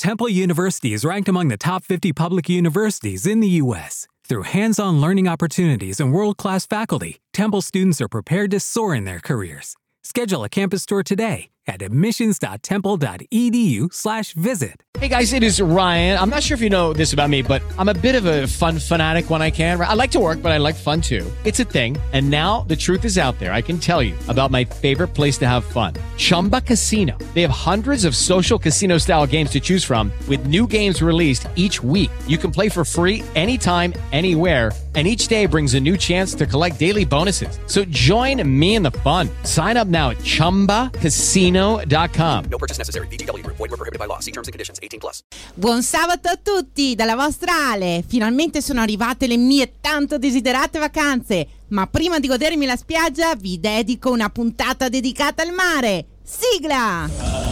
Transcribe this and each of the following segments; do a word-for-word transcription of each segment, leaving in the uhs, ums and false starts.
Temple University is ranked among the top fifty public universities in the U S Through hands-on learning opportunities and world-class faculty, Temple students are prepared to soar in their careers. Schedule a campus tour today at admissions.temple.edu slash visit. Hey guys, it is Ryan. I'm not sure if you know this about me, but I'm a bit of a fun fanatic when I can. I like to work, but I like fun too. It's a thing. And now the truth is out there. I can tell you about my favorite place to have fun. Chumba Casino. They have hundreds of social casino style games to choose from with new games released each week. You can play for free anytime, anywhere. And each day brings a new chance to collect daily bonuses. So join me in the fun. Sign up now at chumba casino dot com. No purchase necessary. V G W Group. Void where prohibited by law. See terms and conditions. eighteen plus. Buon sabato a tutti dalla vostra Ale. Finalmente sono arrivate le mie tanto desiderate vacanze. Ma prima di godermi la spiaggia vi dedico una puntata dedicata al mare. Sigla!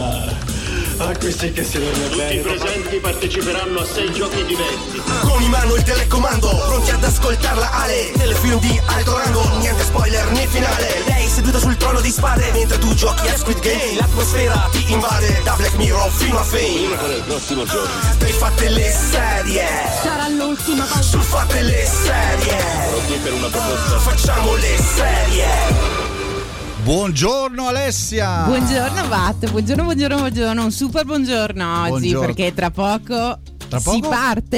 Ah, questi che si dorme bene. Tutti i presenti parteciperanno a sei giochi diversi. Con in mano il telecomando, pronti ad ascoltarla Ale. Telefilm di alto rango, niente spoiler né finale. Lei seduta sul trono di spade, mentre tu giochi a Squid Game. L'atmosfera ti invade, da Black Mirror fino a Fame. Prima per il prossimo giorno. Dai fatte le serie, sarà l'ultima volta. su fatte le serie. Pronti per una proposta? Facciamo le serie. Buongiorno Alessia. Buongiorno Vatt, buongiorno, buongiorno, buongiorno. Un super buongiorno oggi, Buongiorno. perché tra poco, Tra poco? si parte.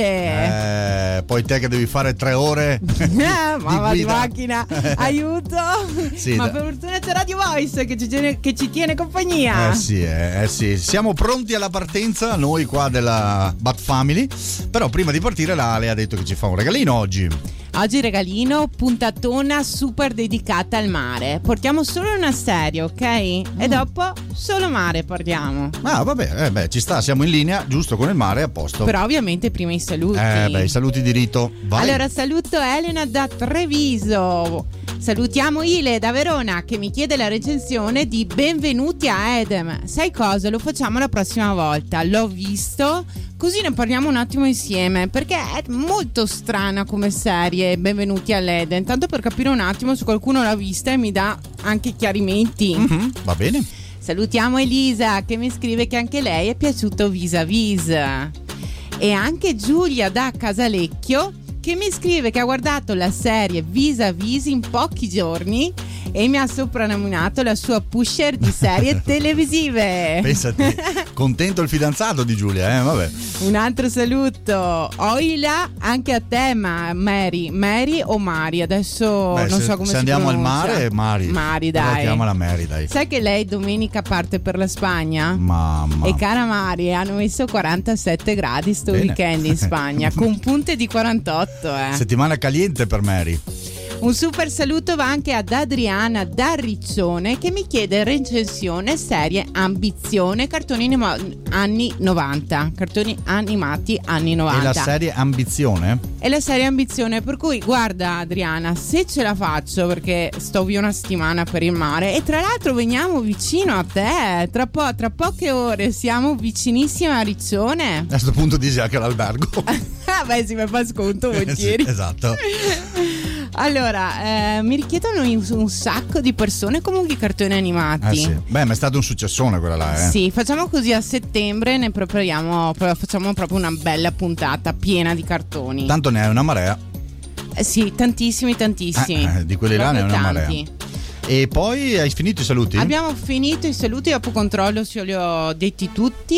Eh, poi te che devi fare tre ore Eh, mamma di, guida. macchina, aiuto. Sì, Ma da- per fortuna c'è Radio Voice che ci tiene, che ci tiene compagnia. Eh sì, eh, eh sì, siamo pronti alla partenza noi qua della Bat Family. Però prima di partire la Ale ha detto che ci fa un regalino oggi. Oggi regalino, puntatona super dedicata al mare. Portiamo solo una serie, ok? E dopo solo mare portiamo. Ah vabbè, eh, beh, ci sta, siamo in linea, giusto, con il mare, a posto. Però ovviamente prima i saluti. Eh beh, i saluti di rito. Vai. Allora saluto Elena da Treviso. Salutiamo Ile da Verona che mi chiede la recensione di Benvenuti a Edem. Sai cosa? Lo facciamo la prossima volta. L'ho visto, così ne parliamo un attimo insieme, perché è molto strana come serie Benvenuti all'Eden. Tanto per capire un attimo se qualcuno l'ha vista e mi dà anche chiarimenti. Mhm, va bene. Salutiamo Elisa che mi scrive che anche lei è piaciuto Vis a Vis. E anche Giulia da Casalecchio che mi scrive che ha guardato la serie Vis a Vis in pochi giorni e mi ha soprannominato la sua pusher di serie televisive. Pensate, contento il fidanzato di Giulia, eh, vabbè. Un altro saluto, Oila, anche a te, ma Mary, Mary o Mari? Adesso Beh, non se, so come se si andiamo al pronuncia. mare, Mari. Mari, Però dai. chiamala Mary, dai. Sai che lei domenica parte per la Spagna? Mamma. E cara Mari, hanno messo quarantasette gradi sto Bene. weekend in Spagna con punte di quarantotto, eh. Settimana caliente per Mary. Un super saluto va anche ad Adriana da Riccione che mi chiede recensione serie Ambizione, cartoni anima- anni novanta, cartoni animati anni novanta. E la serie Ambizione? E la serie Ambizione, per cui guarda Adriana, se ce la faccio perché sto via una settimana per il mare e tra l'altro veniamo vicino a te, tra, po- tra poche ore siamo vicinissimi a Riccione. A questo punto dici anche l'albergo. Ah beh, si mi fa sconto volentieri. Sì, esatto. Allora, eh, mi richiedono un, un sacco di persone comunque i cartoni animati. Eh sì. Beh, ma è stato un successone quella là, eh. Sì, facciamo così a settembre, ne prepariamo, facciamo proprio una bella puntata piena di cartoni. Tanto ne hai una marea. Eh, sì, tantissimi, tantissimi. Eh, eh, di quelli là ne hai Proprio una tanti. marea. E poi hai finito i saluti? Abbiamo finito i saluti, dopo controllo se li ho detti tutti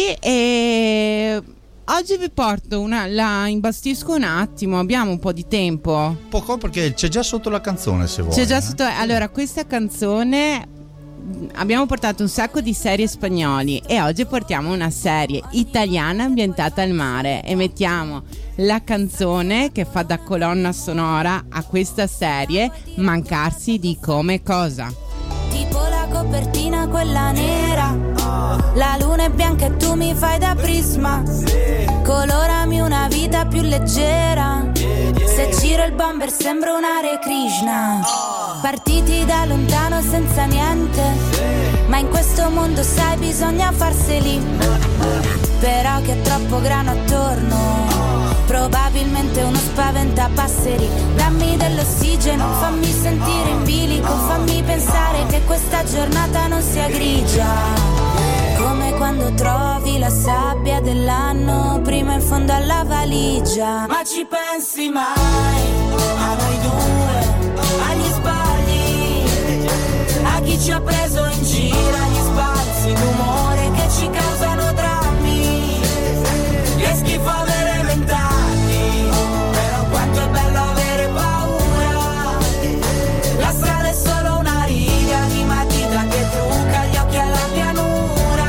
e oggi vi porto una, la imbastisco un attimo, abbiamo un po' di tempo. Poco, perché c'è già sotto la canzone, se vuoi. C'è già eh. sotto, allora questa canzone, abbiamo portato un sacco di serie spagnoli e oggi portiamo una serie italiana ambientata al mare e mettiamo la canzone che fa da colonna sonora a questa serie, Mancarsi di come cosa. Tipo la copertina quella nera, la luna è bianca e tu mi fai da prisma, colorami una vita più leggera, se giro il bomber sembra un'Hare Krishna, partiti da lontano senza niente, ma in questo mondo sai bisogna farseli, però che è troppo grano attorno, probabilmente uno spaventapasseri, dammi dell'ossigeno, fammi sentire in bilico, fammi pensare che questa giornata non sia grigia, come quando quando trovi la sabbia dell'anno prima in fondo alla valigia. Ma ci pensi mai a noi due, agli sbagli, a chi ci ha preso in giro, agli spazi d'umore che ci causano drammi. Che schifo avere vent'anni, però quanto è bello avere paura. La strada è solo una riga di matita che trucca gli occhi alla pianura.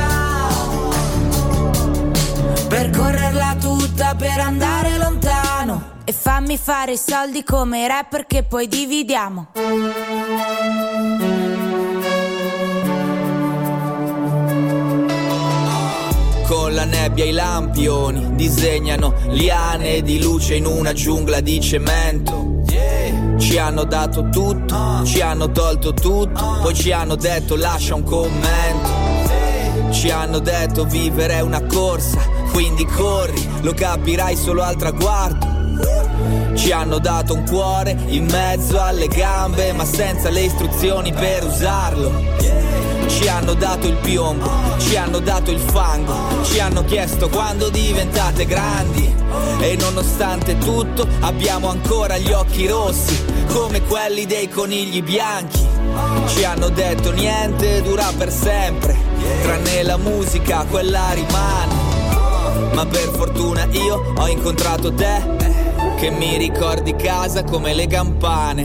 Percorrerla tutta per andare lontano e fammi fare i soldi come i rapper che poi dividiamo. Con la nebbia i lampioni disegnano liane di luce in una giungla di cemento. Ci hanno dato tutto, ci hanno tolto tutto, poi ci hanno detto lascia un commento. Ci hanno detto vivere è una corsa, quindi corri, lo capirai solo al traguardo. Ci hanno dato un cuore in mezzo alle gambe, ma senza le istruzioni per usarlo. Ci hanno dato il piombo, ci hanno dato il fango, ci hanno chiesto quando diventate grandi. E nonostante tutto abbiamo ancora gli occhi rossi, come quelli dei conigli bianchi. Ci hanno detto niente dura per sempre, tranne la musica, quella rimane. Ma per fortuna io ho incontrato te, che mi ricordi casa come le campane.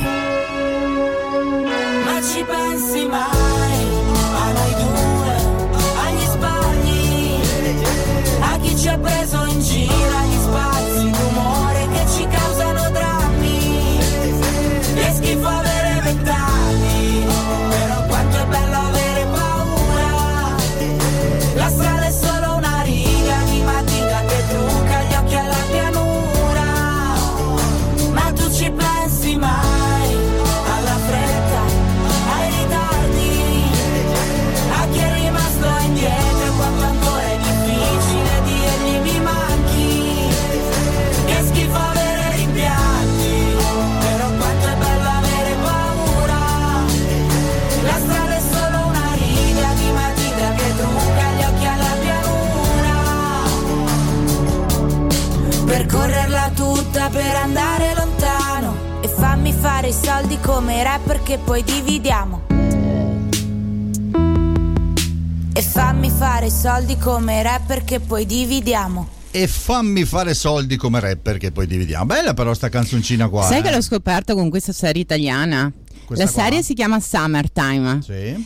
Ma ci pensi mai a noi due, agli sbagli, a chi ci ha preso in giro, agli spazi d'umore che ci causano drammi. Che schifo avere vent'anni, però quanto è bello avere paura. La strada è solo una riga di matita che trucca gli occhi alla pianura. Ma tu ci pensi mai alla fretta, ai ritardi, a chi è rimasto indietro e quanto ancora è difficile dirgli mi manchi. Che schifo avere rimpianti, però quanto è bello avere paura. La strada è solo una riga di matita che trucca gli occhi alla pianura. Percorrerla tutta per andare lontano e fammi fare i soldi come i rapper che poi dividiamo. E fammi fare i soldi come i rapper che poi dividiamo. E fammi fare soldi come rapper che poi dividiamo. Bella però sta canzoncina qua. Sai eh? che l'ho scoperta con questa serie italiana? Questa la serie qua? si chiama Summertime. Sì.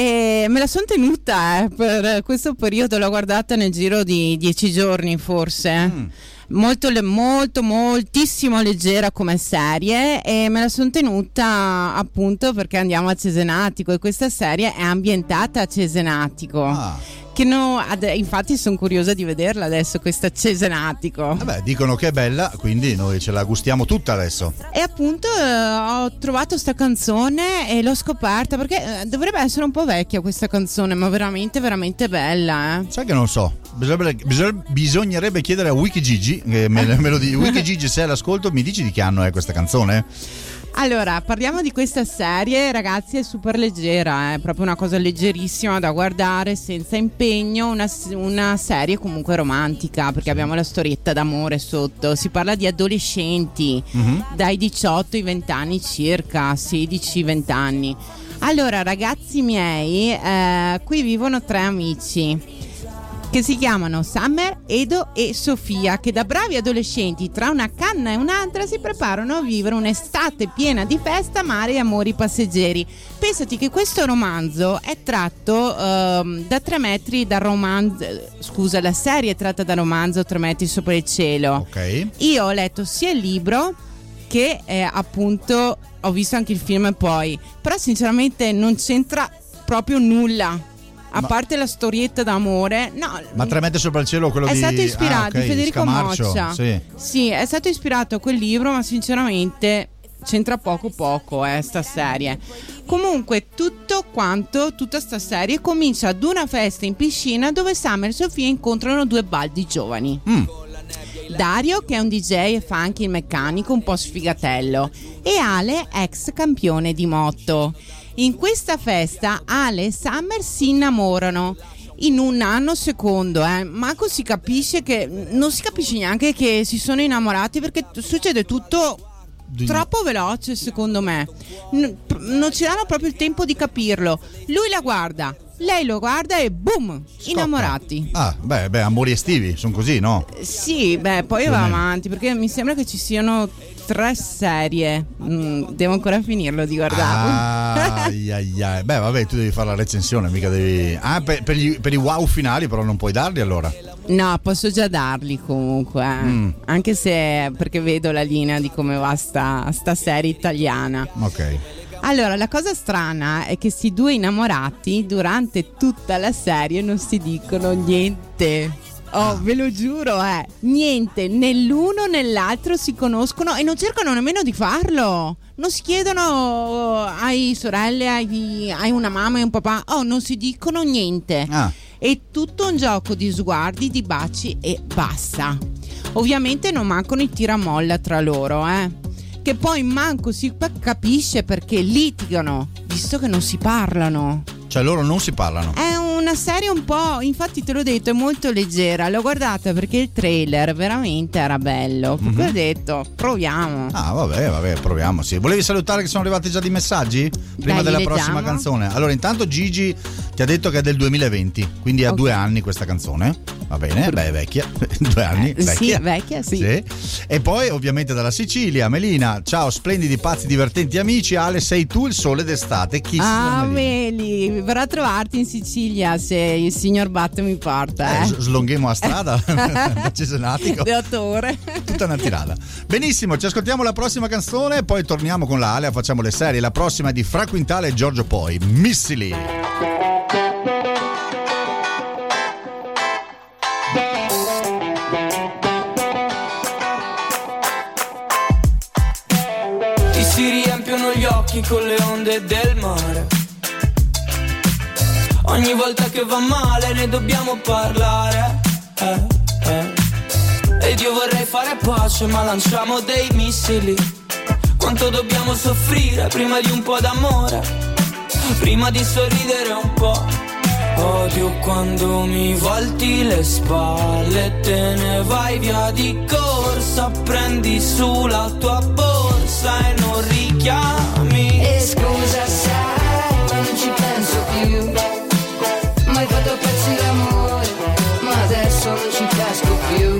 E me la sono tenuta eh, per questo periodo, l'ho guardata nel giro di dieci giorni forse. Mm. Molto, molto, moltissimo leggera come serie e me la sono tenuta appunto perché andiamo a Cesenatico e questa serie è ambientata a Cesenatico. Ah. Che no, ad, infatti sono curiosa di vederla adesso questa Cesenatico. Vabbè, dicono che è bella, quindi noi ce la gustiamo tutta adesso. E appunto eh, ho trovato sta canzone e l'ho scoperta perché eh, dovrebbe essere un po' vecchia questa canzone, ma veramente veramente bella, eh. Sai che non so, bisognerebbe, bisognerebbe, bisognerebbe chiedere a Wikigigi, che me, me lo dici. Wikigigi, se all'ascolto mi dici di che anno è questa canzone? Allora, parliamo di questa serie, ragazzi, è super leggera, è proprio una cosa leggerissima da guardare, senza impegno, una, una serie comunque romantica, perché abbiamo la storietta d'amore sotto, si parla di adolescenti, mm-hmm. dai diciotto ai venti anni circa, sedici venti anni. Allora, ragazzi miei, eh, qui vivono tre amici che si chiamano Summer, Edo e Sofia, che da bravi adolescenti tra una canna e un'altra si preparano a vivere un'estate piena di festa, mare e amori passeggeri. Pensati che questo romanzo è tratto um, da tre metri dal romanzo, scusa, la serie è tratta dal romanzo Tre metri sopra il cielo. Ok. Io ho letto sia il libro che eh, appunto ho visto anche il film poi, però sinceramente non c'entra proprio nulla. A ma, parte la storietta d'amore, no. Ma Tre metri sopra il cielo, quello è di... stato ispirato ah, okay, di Federico Scamarcio, Moccia. Sì. sì, è stato ispirato a quel libro, ma sinceramente c'entra poco poco eh, sta serie. Comunque tutto quanto, tutta sta serie comincia ad una festa in piscina dove Summer e Sofia incontrano due baldi giovani. Mm. Dario, che è un D J e fa anche il meccanico, un po' sfigatello, e Ale, ex campione di moto. In questa festa Ale e Summer si innamorano in un nanosecondo, eh. Manco si capisce che non si capisce neanche che si sono innamorati, perché t- succede tutto troppo veloce, secondo me. N- non ci danno proprio il tempo di capirlo. Lui la guarda, lei lo guarda e boom, Scoppa. innamorati. Ah, beh, beh, amori estivi, sono così, no? Sì, beh, poi va avanti, perché mi sembra che ci siano tre serie. Mm, devo ancora finirlo di guardarlo. Ah, ai, ai, ai. Beh, vabbè, tu devi fare la recensione, mica devi. Ah, per, per, gli, per i wow finali, però non puoi darli allora. No, posso già darli comunque, eh. Mm. Anche se, perché vedo la linea di come va sta, sta serie italiana. Ok. Allora, la cosa strana è che questi due innamorati durante tutta la serie non si dicono niente. Oh, Ah. ve lo giuro, eh. Niente, né l'uno né l'altro si conoscono e non cercano nemmeno di farlo. Non si chiedono ai sorelle, ai, hai una mamma e un papà. Oh, non si dicono niente. Ah. È tutto un gioco di sguardi, di baci e basta. Ovviamente non mancano i tiramolla tra loro, eh. Che poi manco si capisce perché litigano, visto che non si parlano. Cioè loro non si parlano. È una serie un po', infatti te l'ho detto, è molto leggera. L'ho guardata perché il trailer veramente era bello. Perché Mhm. ho detto, proviamo. Ah, vabbè, vabbè, proviamo. Sì. Volevi salutare che sono arrivati già dei messaggi? Prima Dai, della li prossima leggiamo. canzone. Allora, intanto Gigi ti ha detto che è del duemilaventi, quindi ha Ok. due anni questa canzone. Va bene, beh, è vecchia. Due anni, Eh, vecchia. sì, vecchia, sì. E poi, ovviamente, dalla Sicilia, Melina. Ciao, splendidi, pazzi, divertenti amici. Ale, sei tu il sole d'estate. Kiss. Ah, Melina. Meli, verrò a trovarti in Sicilia se il signor Batto mi porta. Eh, Eh. s- slonghiamo a strada da Cesenatico. Le otto ore. Tutta una tirata. Benissimo, ci ascoltiamo la prossima canzone, poi torniamo con la Alea, facciamo le serie. La prossima è di Fra Quintale e Giorgio Poi, Missili. Ti si riempiono gli occhi con le onde del mare. Ogni volta che va male ne dobbiamo parlare, eh, eh. Ed io vorrei fare pace ma lanciamo dei missili. Quanto dobbiamo soffrire prima di un po' d'amore, prima di sorridere un po'. Odio quando mi volti le spalle e te ne vai via di corsa. Prendi su la tua borsa e non richiami. E scusa sai, ma non ci penso più. Mai fatto pezzi d'amore, ma adesso non ci casco più.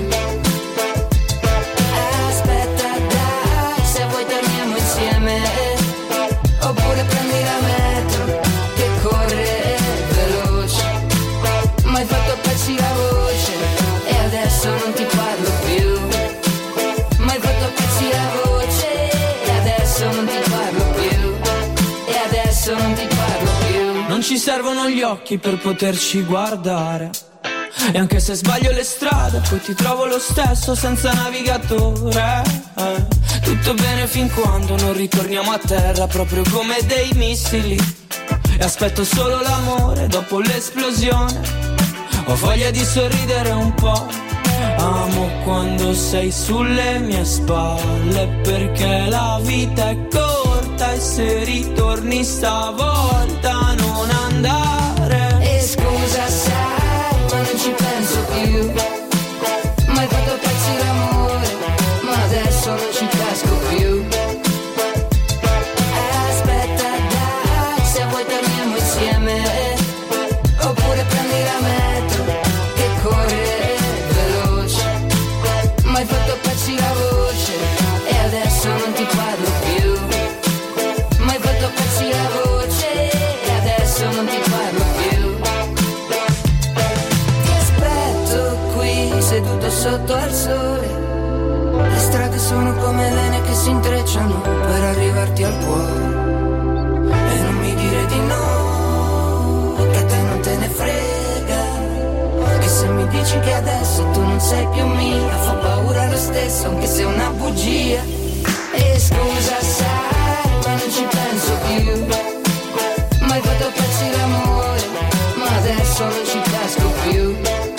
Aspetta dai, se vuoi torniamo insieme. Oppure prendi la metro che corre veloce. Mai fatto pezzi la voce e adesso non ti parlo più. Mai fatto pezzi la voce e adesso non ti parlo più. E adesso non ti parlo più. Non ci servono gli occhi per poterci guardare. E anche se sbaglio le strade poi ti trovo lo stesso senza navigatore, eh. Tutto bene fin quando non ritorniamo a terra, proprio come dei missili. E aspetto solo l'amore dopo l'esplosione. Ho voglia di sorridere un po'. Amo quando sei sulle mie spalle, perché la vita è corta e se ritorni stavolta non andare. E scusa sai, ma non ci penso più. Mai fatto pezzi d'amore, ma adesso non ci casco più. Aspetta dai, se vuoi torniamo insieme. Oppure prendi la metro che corre veloce. Mai fatto pezzi la voce e adesso non ti parlo più. Mai fatto pezzi la voce e adesso non ti parlo più. Ti aspetto qui seduto sotto al sole. Le strade sono come vene che si intrecciano per arrivarti al cuore. E non mi dire di no, che a te non te ne frega. Che se mi dici che adesso tu non sei più mia, fa paura lo stesso anche se è una bugia. E scusa sai, ma non ci penso più. Mai fatto pezzi d'amore, ma adesso non ci casco più.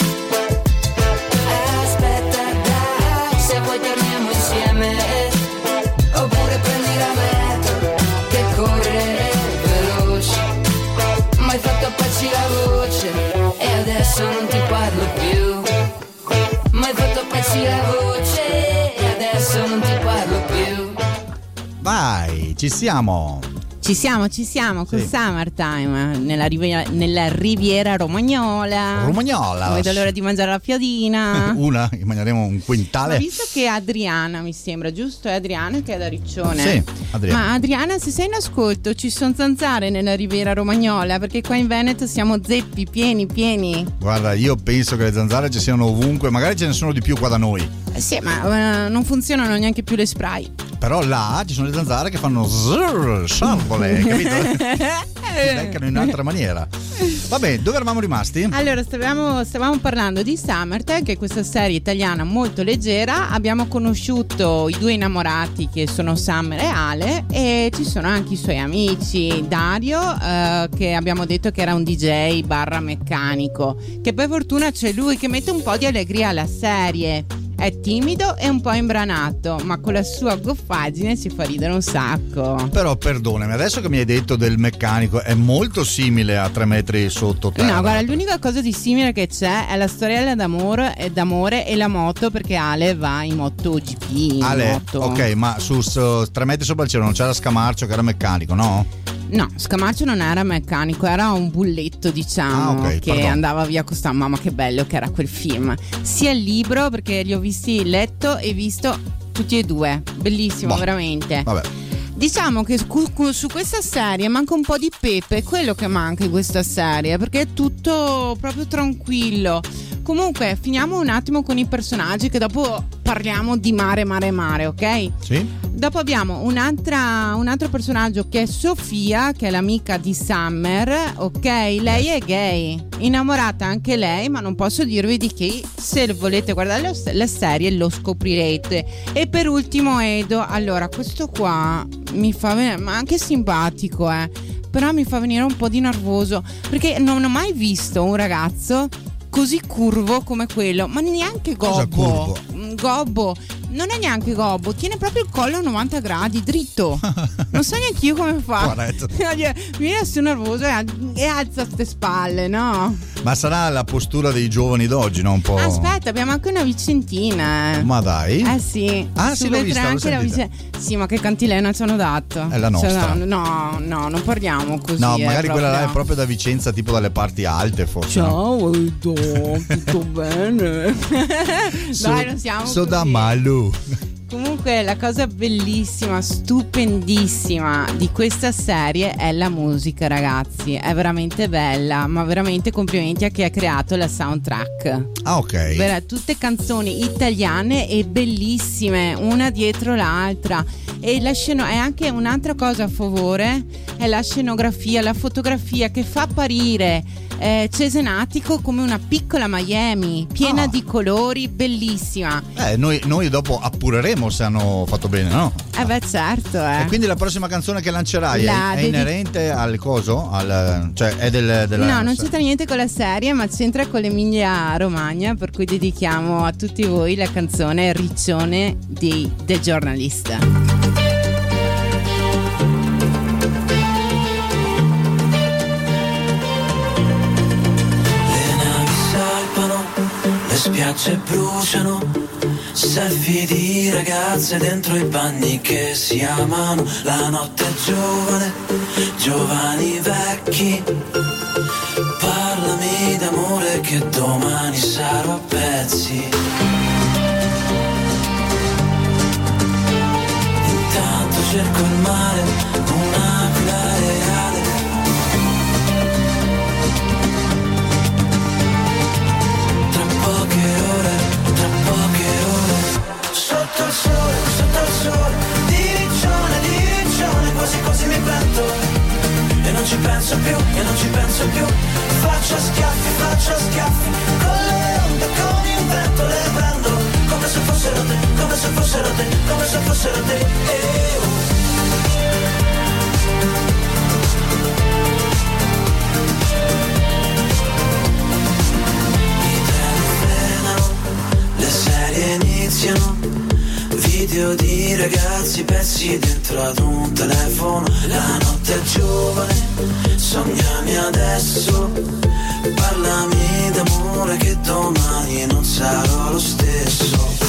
Aspetta dai, se vuoi torniamo insieme. Oppure prendi la metro che corre veloce. Mai fatto pezzi la voce e adesso abbassi la voce e adesso non ti parlo più. Vai, ci siamo. Ci siamo, ci siamo col Sì. Summertime nella riviera, nella riviera romagnola. Romagnola. Non vedo l'ora di mangiare la piadina. Una, mangeremo un Ma quintale. visto che Adriana, mi sembra, giusto? È Adriana che è da Riccione. Sì, Adriana. Ma Adriana, se sei in ascolto, ci sono zanzare nella riviera romagnola, perché qua in Veneto siamo zeppi, pieni, pieni. Guarda, io penso che le zanzare ci siano ovunque, magari ce ne sono di più qua da noi. Eh sì, ma eh, non funzionano neanche più le spray. Però là ci sono le zanzare che fanno zrrr, sciarpole, capito? Si beccano in un'altra maniera. Vabbè, dove eravamo rimasti? Allora, stavamo, stavamo parlando di Summertime, che è questa serie italiana molto leggera. Abbiamo conosciuto i due innamorati che sono Summer e Ale, e ci sono anche i suoi amici. Dario, eh, che abbiamo detto che era un D J barra meccanico, che per fortuna c'è lui che mette un po' di allegria alla serie. È timido e un po' imbranato, ma con la sua goffaggine ci fa ridere un sacco. Però perdonami, adesso che mi hai detto del meccanico, è molto simile a tre metri sotto terra. No, guarda, l'unica cosa di simile che c'è è la storiella d'amore, eh, d'amore e la moto, perché Ale va in MotoGP. In Ale, moto. ok, ma su, su tre metri sopra il cielo non c'era Scamarcio che era meccanico, no? No, Scamarcio non era meccanico, era un bulletto, diciamo, Ah, ok, che pardon. andava via con sta mamma, che bello che era quel film. Sia il libro, perché li ho visti letto e visto tutti e due. Bellissimo, Boh, veramente. Vabbè. Diciamo che su, su questa serie manca un po' di pepe, è quello che manca in questa serie, perché è tutto proprio tranquillo. Comunque, finiamo un attimo con i personaggi, che dopo parliamo di mare, mare, mare, ok? Sì. Dopo abbiamo un'altra, un altro personaggio che è Sofia, che è l'amica di Summer, ok? Lei è gay, innamorata anche lei, ma non posso dirvi di chi. Se volete guardare la, la serie lo scoprirete. E per ultimo Edo. Allora, questo qua mi fa venire, ma anche simpatico, eh, però mi fa venire un po' di nervoso, perché non ho mai visto un ragazzo così curvo come quello, ma neanche Cosa gobbo. curvo? Mm, Gobbo. Non è neanche gobbo, tiene proprio il collo a novanta gradi, dritto. Non so neanche io come fa. Corretto. Mi viene su nervoso e, e alza ste spalle, no? Ma sarà la postura dei giovani d'oggi, no? Un po'. Aspetta, abbiamo anche una vicentina. Eh, Ma dai. eh sì. Ah, Su sì, l'ho vedrà vista, l'ho anche la sentita. vice- Sì, ma che cantilena ci hanno dato? È la nostra. Cioè, no, no, non parliamo così. No, eh, magari quella là è proprio. proprio da Vicenza, tipo dalle parti alte, forse. no? Ciao Edo, tutto bene? Dai, non siamo So così. da Malu. Comunque la cosa bellissima, stupendissima di questa serie è la musica, ragazzi. È veramente bella, ma veramente complimenti a chi ha creato la soundtrack. Ah, ok. Vera- tutte canzoni italiane e bellissime, una dietro l'altra. E la sceno- è anche un'altra cosa a favore, è la scenografia, la fotografia che fa apparire eh, Cesenatico come una piccola Miami, piena Ah. di colori, bellissima. Eh, noi, noi dopo appureremo se hanno fatto bene, no? Eh beh, certo, eh. E quindi la prossima canzone che lancerai La è, è dedi- inerente al coso? Al, cioè è del, della. No, non c'entra niente con la serie, ma c'entra con l'Emilia Romagna, per cui dedichiamo a tutti voi la canzone Riccione di The Journalist. Le spiagge bruciano, selfie di ragazze dentro i bagni che si amano. La notte è giovane, giovani vecchi. Parlami d'amore che domani sarò a pezzi. Intanto cerco il mare, un'aquila reale. Poche ore, tra poche ore. Sotto il sole, sotto il sole, di riccione, di riccione, quasi quasi mi pento. E non ci penso più, e non ci penso più. Faccio a schiaffi, faccio a schiaffi. Con le onde, con il vento le prendo. Come se fossero te, come se fossero te, come se fossero te. E oh. Le serie iniziano, video di ragazzi pezzi dentro ad un telefono. La notte è giovane, sognami adesso. Parlami d'amore che domani non sarò lo stesso.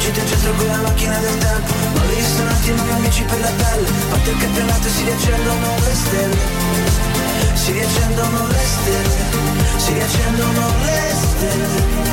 Agito in centro con la macchina del tempo. Ho visto un attimo i miei amici per la pelle. Parte il campionato e si riaccendono le stelle. Si riaccendono le stelle. Si riaccendono le stelle.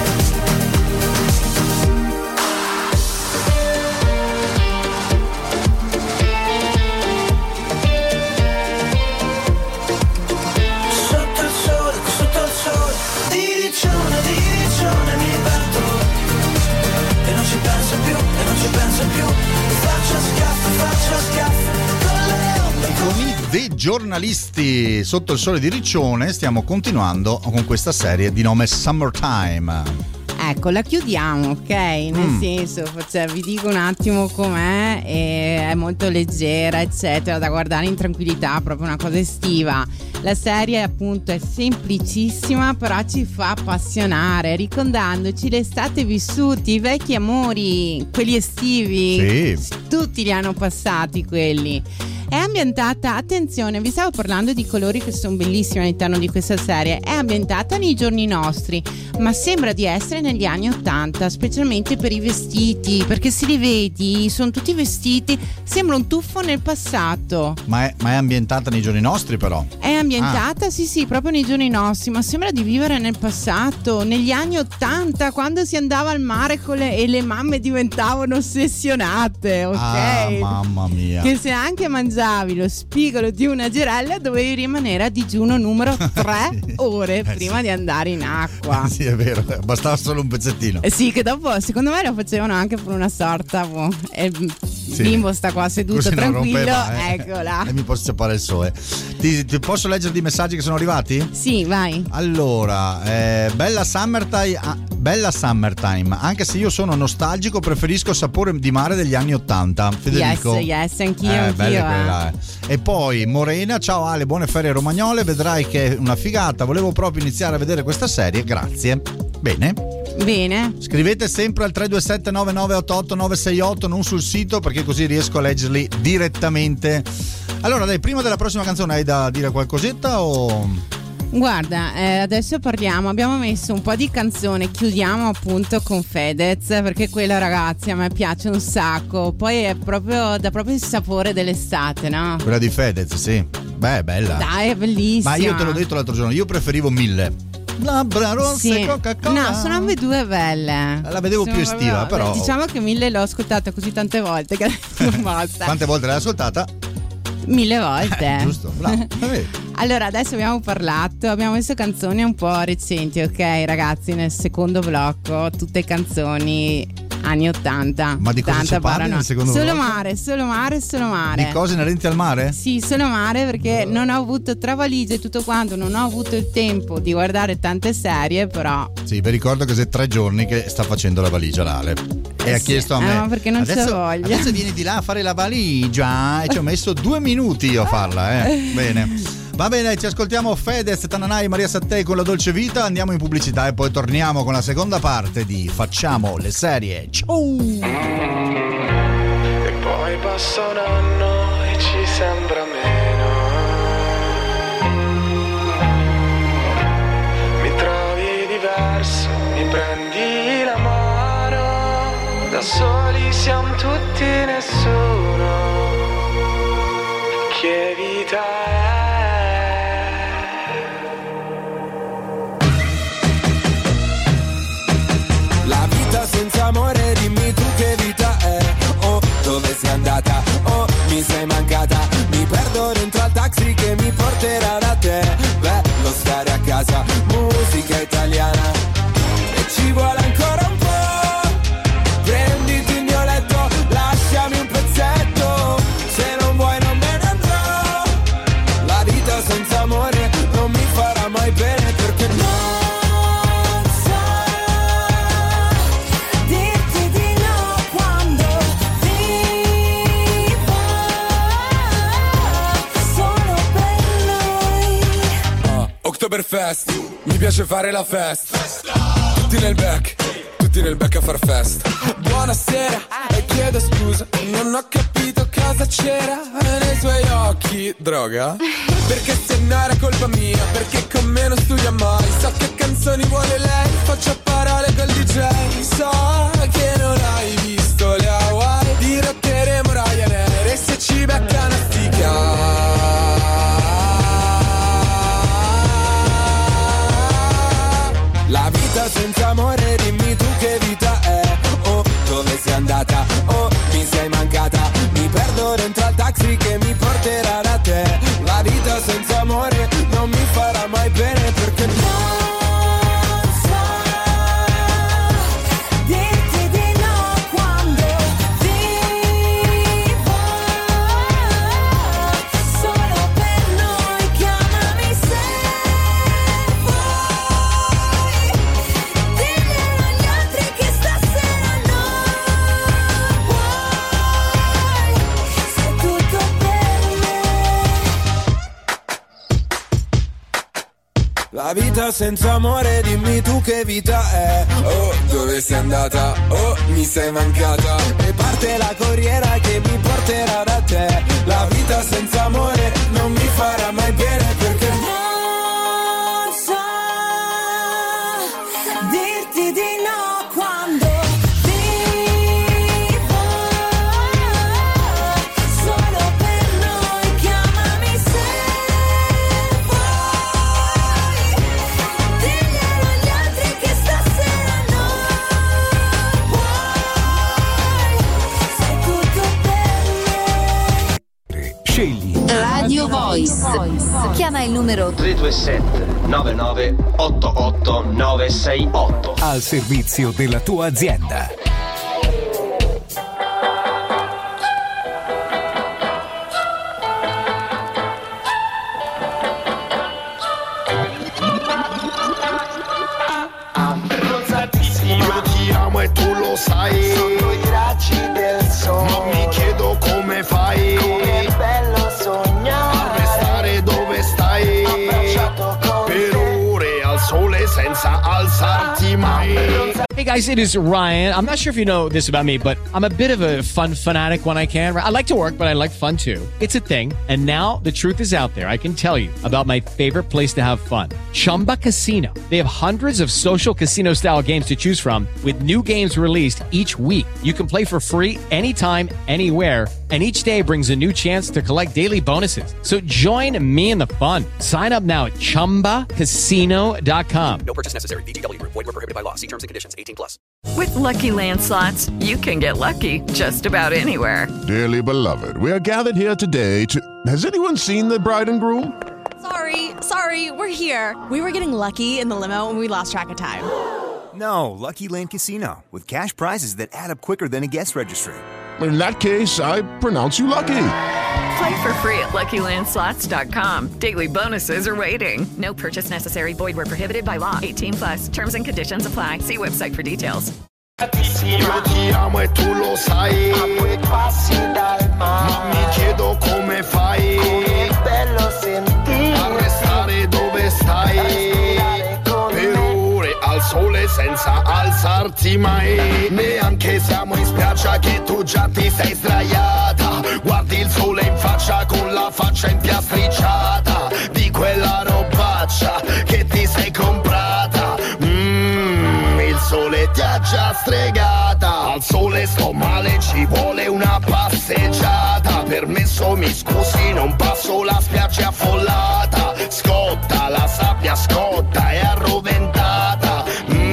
Dei giornalisti sotto il sole di Riccione, stiamo continuando con questa serie di nome Summertime. Ecco, la chiudiamo, ok? Nel mm. senso, cioè, vi dico un attimo com'è, e è molto leggera, eccetera, da guardare in tranquillità, proprio una cosa estiva. La serie appunto è semplicissima, però ci fa appassionare, ricordandoci l'estate vissuti, i vecchi amori, quelli estivi. Sì. Tutti li hanno passati quelli. È ambientata, attenzione, vi stavo parlando di colori che sono bellissimi all'interno di questa serie. È ambientata nei giorni nostri, ma sembra di essere negli anni ottanta, specialmente per i vestiti, perché se li vedi sono tutti vestiti, sembra un tuffo nel passato. Ma è, ma è ambientata nei giorni nostri, però? È ambientata, ah. sì sì, proprio nei giorni nostri, ma sembra di vivere nel passato, negli anni ottanta, quando si andava al mare con le, e le mamme diventavano ossessionate, ok? Ah, mamma mia. Che se anche mangiavi lo spigolo di una girella dovevi rimanere a digiuno numero tre ore eh, prima sì. di andare in acqua. Sì, è vero, bastava solo un pezzettino. Eh, sì, che dopo secondo me lo facevano anche per una sorta, boh, e sì. bimbo sta qua seduto così tranquillo, rompeva, eh. eccola. E mi posso scippare il sole. Ti, ti posso leggere i messaggi che sono arrivati? Sì, vai. Allora, eh, bella summertime, ah, bella summertime, anche se io sono nostalgico, preferisco il sapore di mare degli anni ottanta. Federico. Yes, yes, anch'io, eh, anch'io. Eh. E poi Morena, ciao Ale, buone ferie romagnole, vedrai che è una figata, volevo proprio iniziare a vedere questa serie, grazie. Bene. Bene. Scrivete sempre al tre due sette nove nove otto otto nove sei otto, non sul sito, perché così riesco a leggerli direttamente. Allora dai, prima della prossima canzone hai da dire qualcosetta o... Guarda, eh, adesso parliamo, abbiamo messo un po' di canzone, chiudiamo appunto con Fedez, perché quella, ragazzi, a me piace un sacco, poi è proprio, dà proprio il sapore dell'estate, no? Quella di Fedez, sì, beh, è bella. Dai, è bellissima. Ma io te l'ho detto l'altro giorno, io preferivo Mille. Labbra rosse, sì. Coca-Cola. No, sono ambedue belle. La vedevo sono più estiva, proprio, però diciamo che Mille l'ho ascoltata così tante volte che non basta. Quante volte l'hai ascoltata? Mille volte. Eh, giusto, bravo. Allora, adesso abbiamo parlato, abbiamo messo canzoni un po' recenti, ok ragazzi, nel secondo blocco tutte canzoni anni ottanta. Ma di cosa si parla nel secondo solo blocco? mare, solo mare, solo mare. Di cose inerenti al mare? Sì, solo mare, perché non ho avuto tra valigie e tutto quanto, non ho avuto il tempo di guardare tante serie, però. Sì, vi ricordo che se tre giorni che sta facendo la valigia l'Ale. E eh ha sì. chiesto a me. Eh, ma perché non adesso, c'è voglia. Adesso vieni di là a fare la valigia e ci ho messo due minuti io a farla, eh. Bene. Va bene, ci ascoltiamo Fedez, Tananai, Maria Sattei con La Dolce Vita, andiamo in pubblicità e poi torniamo con la seconda parte di Facciamo le serie. Ciao! E poi passa un anno e ci sembra meno. Mi trovi diverso, mi prendi la mano. Da soli siamo tutti nessuno. Che vita è? Senza amore dimmi tu che vita è. Oh, dove sei andata? Oh, mi sei mancata. Mi perdo dentro al taxi che mi porterà da te. Bello stare a casa, musica italiana. E ci vuole ancora un po'. Prenditi il mio letto, lasciami un pezzetto. Se non vuoi non me ne andrò. La vita senza amore non mi farà mai bene, perché no. Oktoberfest, mi piace fare la festa. Tutti nel back, tutti nel back a far festa. Buonasera, e chiedo scusa, non ho capito cosa c'era nei suoi occhi. Droga? perché se no era colpa mia, perché con me non studia mai. So che canzoni vuole lei, faccio a parole col D J. So che non hai visto le Hawaii, dirotteremo Ryanair e se ci becca una stica. La vita senza amore, dimmi tu che vita è. Oh, dove sei andata? Oh, mi sei mancata. Mi perdo dentro al taxi che mi porterà da te. La vita senza amore non mi farà mai bene perché non so dirti di no quando vivo solo per noi. Chiamami se vuoi, diglielo agli altri che stasera non puoi, sei tutto per me. La vita senza amore, dimmi tu che vita è. Oh, dove sei andata? Oh, mi sei mancata. E parte la corriera che mi porterà da te. La vita senza amore non mi farà mai bene perché non so dirti di no quando vivo solo per noi. Chiamami se vuoi, diglielo agli altri che stasera non puoi, sei tutto per me. Scegli Radio Voice. Chiama il numero tre due sette nove nove otto otto nove sei otto al servizio della tua azienda. Io ti amo e tu lo sai. Sotto i raggi del sole. Ma mi chiedo come fai. Com'è bello sognare. A restare dove stai. Abbracciato con per ore al sole senza alzarti mai. Hey guys, it is Ryan. I'm not sure if you know this about me, but I'm a bit of a fun fanatic when I can. I like to work, but I like fun too. It's a thing. And now the truth is out there. I can tell you about my favorite place to have fun. Chumba Casino. They have hundreds of social casino style games to choose from with new games released each week. You can play for free anytime, anywhere. And each day brings a new chance to collect daily bonuses. So join me in the fun. Sign up now at chumba casino dot com. No purchase necessary. V G W Group. Void where prohibited by law. See terms and conditions. eighteen plus. With Lucky Land Slots, you can get lucky just about anywhere. Dearly beloved, we are gathered here today to... Has anyone seen the bride and groom? Sorry, sorry, we're here. We were getting lucky in the limo and we lost track of time. No, Lucky Land Casino, with cash prizes that add up quicker than a guest registry. In that case, I pronounce you lucky. Play for free at lucky land slots dot com. Daily bonuses are waiting. No purchase necessary. Void where prohibited by law. eighteen plus. Terms and conditions apply. See website for details. Io ti amo e tu lo sai. A due passi dal mare. Ma mi chiedo come fai. Com'è bello sentire. A restare dove stai. Per ore al sole senza alzarti mai. Neanche siamo in spiaggia che tu già ti sei sdraiata. Guardi il sole in faccia con la faccia impiastricciata. Di quella robaccia che ti sei comprata. Mmm, il sole ti ha già stregata. Al sole sto male, ci vuole una passeggiata. Permesso, mi scusi, non passo, la spiaggia è affollata. Scotta, la sabbia scotta, è arroventata.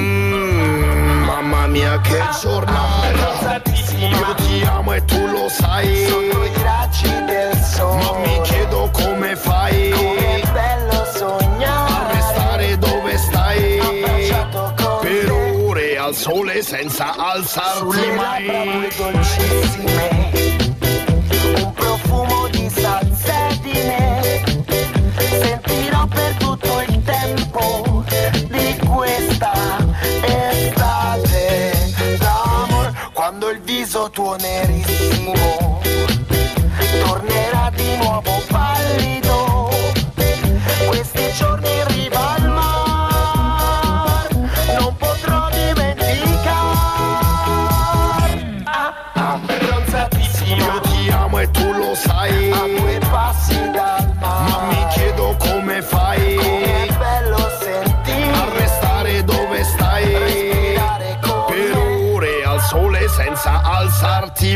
Mmm, mamma mia che giornata. Io ti amo e tu lo sai. Sotto i raggi del sole. Ma mi chiedo come fai. Com'è bello sognare. A restare dove stai. Abbracciato con per ore al sole senza alzarti mai. Dolcissime. Un profumo di salsedine. Sentirò per tutto il tempo di questa estate. L'amor quando il viso tuo nerissimo tornerà di nuovo pallido. Questi giorni in riva al mar non potrò dimenticare. Ah, ah, bronzatissimo. Io ti amo e tu lo sai. A due passi dal mare. Ma mi chiedo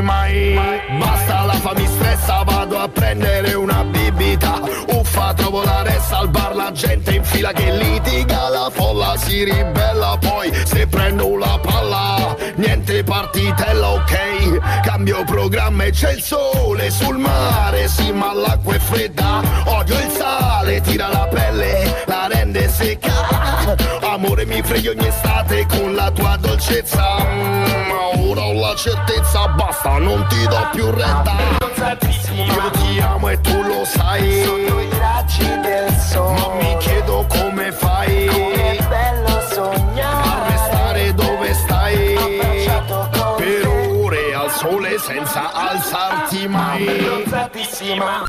mai. Basta la fa mi stressa, vado a prendere una bibita. Uffa, trovo la ressa al bar, la gente in fila che litiga. La folla si ribella, poi se prendo la palla niente partitella, ok. Cambio programma e c'è il sole sul mare, sì ma l'acqua è fredda. Odio il sale, tira la pelle, la rende secca. Amore mi freghi ogni estate con la tua dolcezza. Ma mm, ora ho la certezza, basta, non ti do più retta. Io ti amo e tu lo sai. Sotto i raggi del sole, ma mi chiedo come fai. Com'è bello sognare a restare dove stai, per ore al sole senza alzarti mai. Abbronzatissima.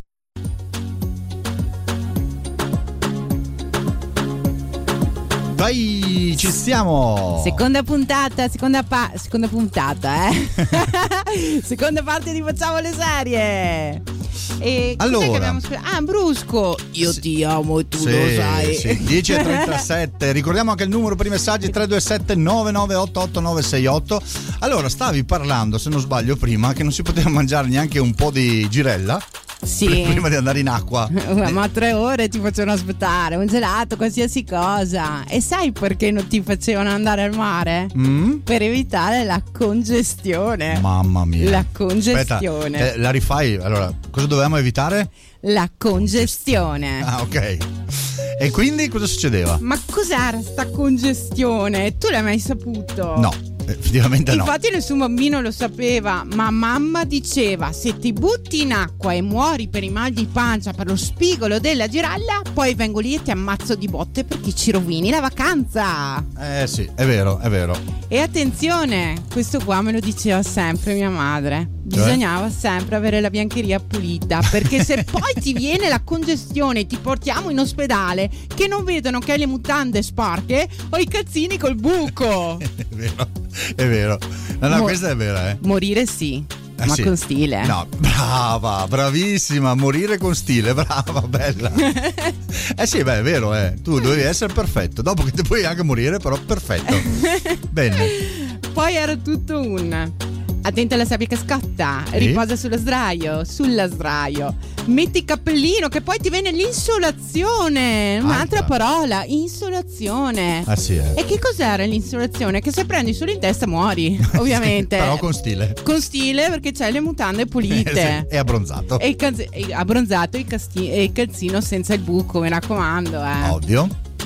Vai, ci siamo. Seconda puntata, seconda, pa- seconda puntata, eh. Seconda parte di Facciamo le serie. E allora, che abbiamo sp- ah, Brusco, io sì, ti amo e tu sì, lo sai. Sì. dieci e trentasette. Ricordiamo anche il numero per i messaggi tre due sette nove nove otto otto nove sei otto. Allora, stavi parlando, se non sbaglio, prima che non si poteva mangiare neanche un po' di girella. Sì. Prima di andare in acqua. Ma tre ore ti facevano aspettare, un gelato, qualsiasi cosa. E sai perché non ti facevano andare al mare? Mm? Per evitare la congestione. Mamma mia. La congestione. Aspetta, eh, la rifai? Allora, cosa dovevamo evitare? La congestione. Ah, ok. E quindi cosa succedeva? Ma cos'era sta congestione? Tu l'hai mai saputo? No. Effettivamente no. Infatti nessun bambino lo sapeva, ma mamma diceva: se ti butti in acqua e muori per i mal di pancia per lo spigolo della girella, poi vengo lì e ti ammazzo di botte perché ci rovini la vacanza. Eh sì, è vero, è vero. E attenzione, questo qua me lo diceva sempre mia madre. Bisognava sempre avere la biancheria pulita, perché se poi ti viene la congestione e ti portiamo in ospedale, che non vedono che hai le mutande sporche o i calzini col buco. È vero, è vero. No, no, Mo- questa è vera, eh. Morire sì, Eh ma sì. con stile. No, brava, bravissima, morire con stile, brava, bella. Eh sì, beh, è vero, eh. Tu dovevi essere perfetto, dopo che ti puoi anche morire, però perfetto. Bene. Poi era tutto un: attenta alla sabbia che scotta, Sì. riposa sullo sdraio, sulla sdraio, metti il cappellino che poi ti viene l'insolazione. Un'altra Alta. parola, insolazione. Ah sì, eh. E che cos'era l'insolazione? Che se prendi solo in testa muori, ovviamente. Però con stile. Con stile, perché c'hai le mutande pulite. Sì, è abbronzato. E il calz- e abbronzato e il, casti- e il calzino senza il buco, mi raccomando, eh. Ovvio.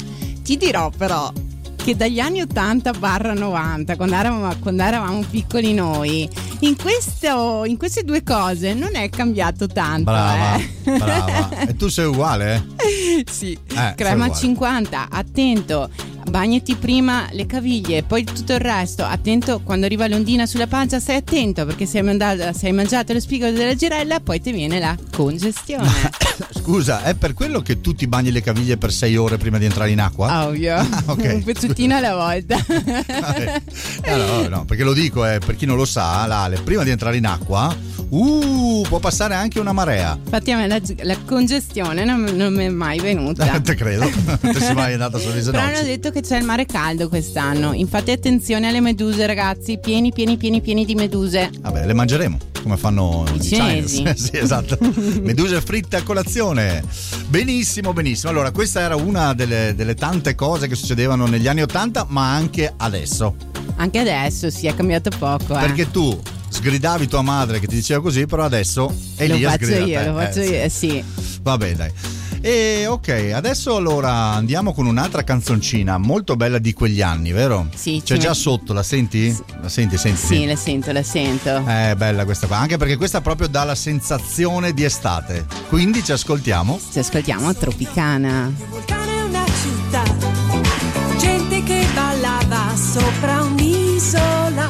Ti dirò però che dagli anni ottanta barra novanta, quando eravamo, quando eravamo piccoli noi, in, questo, in queste due cose non è cambiato tanto. Brava, eh. brava. E tu sei uguale, eh? Sì, Eh, crema sei uguale. cinquanta, attento, bagnati prima le caviglie, poi tutto il resto, attento quando arriva l'ondina sulla pancia, stai attento, perché se hai mandato, se hai mangiato lo spigolo della girella poi ti viene la congestione. Scusa, è per quello che tu ti bagni le caviglie per sei ore prima di entrare in acqua? Ovvio. Ah, ok. Un pezzettino alla volta. Vabbè. Eh, no, no, perché lo dico, eh, per chi non lo sa, l'Ale, prima di entrare in acqua, uh, può passare anche una marea. Infatti a me la, la congestione non, non mi è mai venuta. Te credo, non sei mai andata sulle Però hanno detto che c'è il mare caldo quest'anno. Infatti attenzione alle meduse, ragazzi. Pieni, pieni, pieni, pieni di meduse. Vabbè, le mangeremo come fanno I i cinesi. Chinese. Sì, esatto. Meduse fritte a colazione. Benissimo, benissimo. Allora, questa era una delle, delle tante cose che succedevano negli anni Ottanta, ma anche adesso. Anche adesso si è cambiato poco, eh. Perché tu sgridavi tua madre che ti diceva così, però adesso è lo lì a faccio sgridare io, te. lo faccio Eh, io, eh, sì. Vabbè, dai. E ok, adesso allora andiamo con un'altra canzoncina molto bella di quegli anni, vero? Sì. C'è ci già met- sotto, la senti? La senti, senti? Sì, la sento, la sento. È bella questa qua, anche perché questa proprio dà la sensazione di estate. Quindi ci ascoltiamo. Ci ascoltiamo Tropicana. Vulcano è una città, gente che ballava sopra un'isola,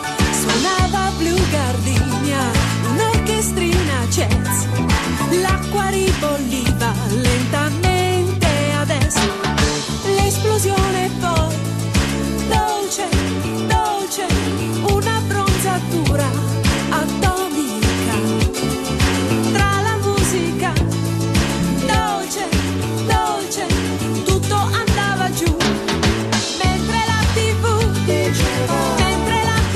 suonava blu gardenia, un'orchestrina jazz, l'acqua ribolliva lentamente adesso, l'esplosione poi, dolce, dolce, una bronzatura atomica, tra la musica, dolce, dolce, tutto andava giù, mentre la tivù, mentre la